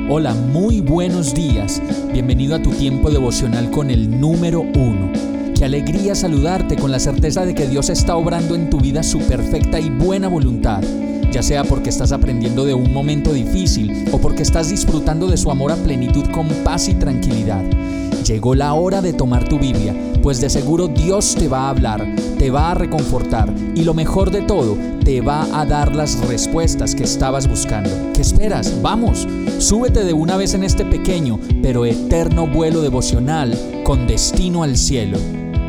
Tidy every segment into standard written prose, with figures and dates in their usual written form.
Hola, muy buenos días. Bienvenido a tu tiempo devocional con el número 1. Qué alegría saludarte con la certeza de que Dios está obrando en tu vida su perfecta y buena voluntad, ya sea porque estás aprendiendo de un momento difícil o porque estás disfrutando de su amor a plenitud con paz y tranquilidad. Llegó la hora de tomar tu Biblia, pues de seguro Dios te va a hablar, te va a reconfortar y lo mejor de todo, te va a dar las respuestas que estabas buscando. ¿Qué esperas? ¡Vamos! Súbete de una vez en este pequeño pero eterno vuelo devocional con destino al cielo.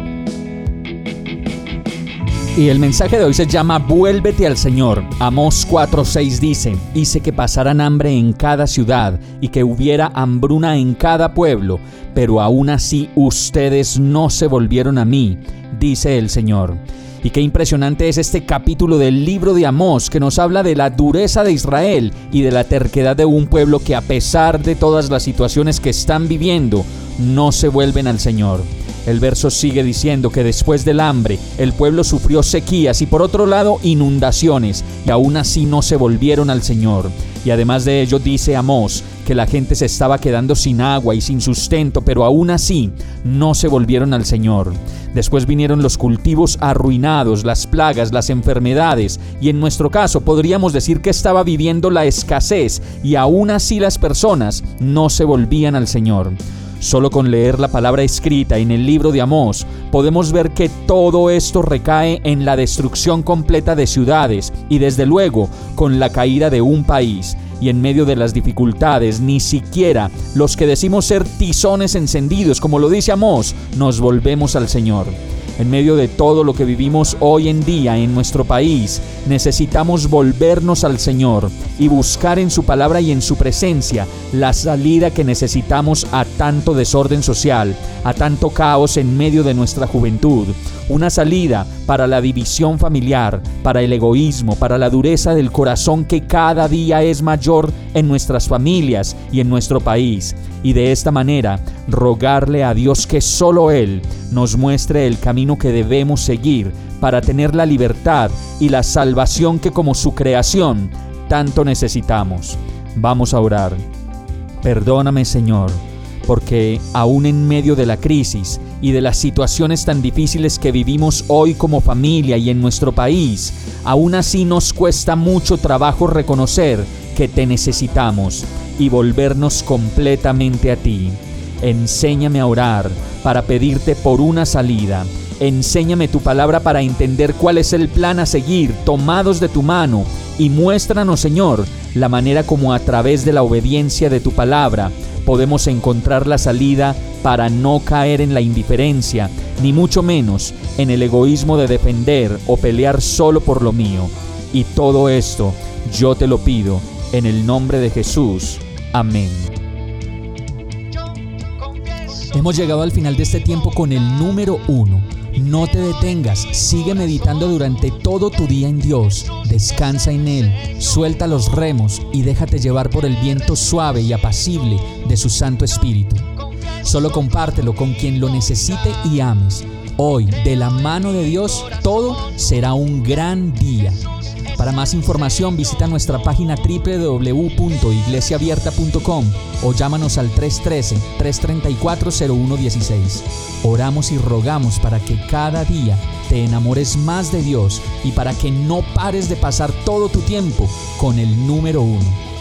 Y el mensaje de hoy se llama Vuélvete al Señor. Amós 4:6 dice: Hice que pasaran hambre en cada ciudad y que hubiera hambruna en cada pueblo, pero aún así ustedes no se volvieron a mí, dice el Señor. Y qué impresionante es este capítulo del libro de Amós, que nos habla de la dureza de Israel y de la terquedad de un pueblo que, a pesar de todas las situaciones que están viviendo, no se vuelven al Señor. El verso sigue diciendo que después del hambre, el pueblo sufrió sequías y por otro lado inundaciones, y aún así no se volvieron al Señor. Y además de ello dice Amós que la gente se estaba quedando sin agua y sin sustento, pero aún así no se volvieron al Señor. Después vinieron los cultivos arruinados, las plagas, las enfermedades, y en nuestro caso podríamos decir que estaba viviendo la escasez, y aún así las personas no se volvían al Señor. Solo con leer la palabra escrita en el libro de Amós, podemos ver que todo esto recae en la destrucción completa de ciudades y desde luego con la caída de un país. Y en medio de las dificultades, ni siquiera los que decimos ser tizones encendidos, como lo dice Amós, nos volvemos al Señor. En medio de todo lo que vivimos hoy en día en nuestro país, necesitamos volvernos al Señor y buscar en su palabra y en su presencia la salida que necesitamos a tanto desorden social, a tanto caos en medio de nuestra juventud. Una salida para la división familiar, para el egoísmo, para la dureza del corazón que cada día es mayor en nuestras familias y en nuestro país. Y de esta manera, rogarle a Dios que solo Él nos muestre el camino que debemos seguir para tener la libertad y la salvación que como su creación tanto necesitamos. Vamos a orar. Perdóname, Señor, porque aún en medio de la crisis y de las situaciones tan difíciles que vivimos hoy como familia y en nuestro país, aún así nos cuesta mucho trabajo reconocer que te necesitamos y volvernos completamente a ti. Enséñame a orar para pedirte por una salida. Enséñame tu palabra para entender cuál es el plan a seguir, tomados de tu mano, y muéstranos, Señor, la manera como a través de la obediencia de tu palabra podemos encontrar la salida para no caer en la indiferencia, ni mucho menos en el egoísmo de defender o pelear solo por lo mío. Y todo esto yo te lo pido en el nombre de Jesús. Amén. Hemos llegado al final de este tiempo con el número 1. No te detengas, sigue meditando durante todo tu día en Dios, descansa en Él, suelta los remos y déjate llevar por el viento suave y apacible de su Santo Espíritu. Solo compártelo con quien lo necesite y ames. Hoy, de la mano de Dios, todo será un gran día. Para más información visita nuestra página www.iglesiaabierta.com o llámanos al 313-334-0116. Oramos y rogamos para que cada día te enamores más de Dios y para que no pares de pasar todo tu tiempo con el número 1.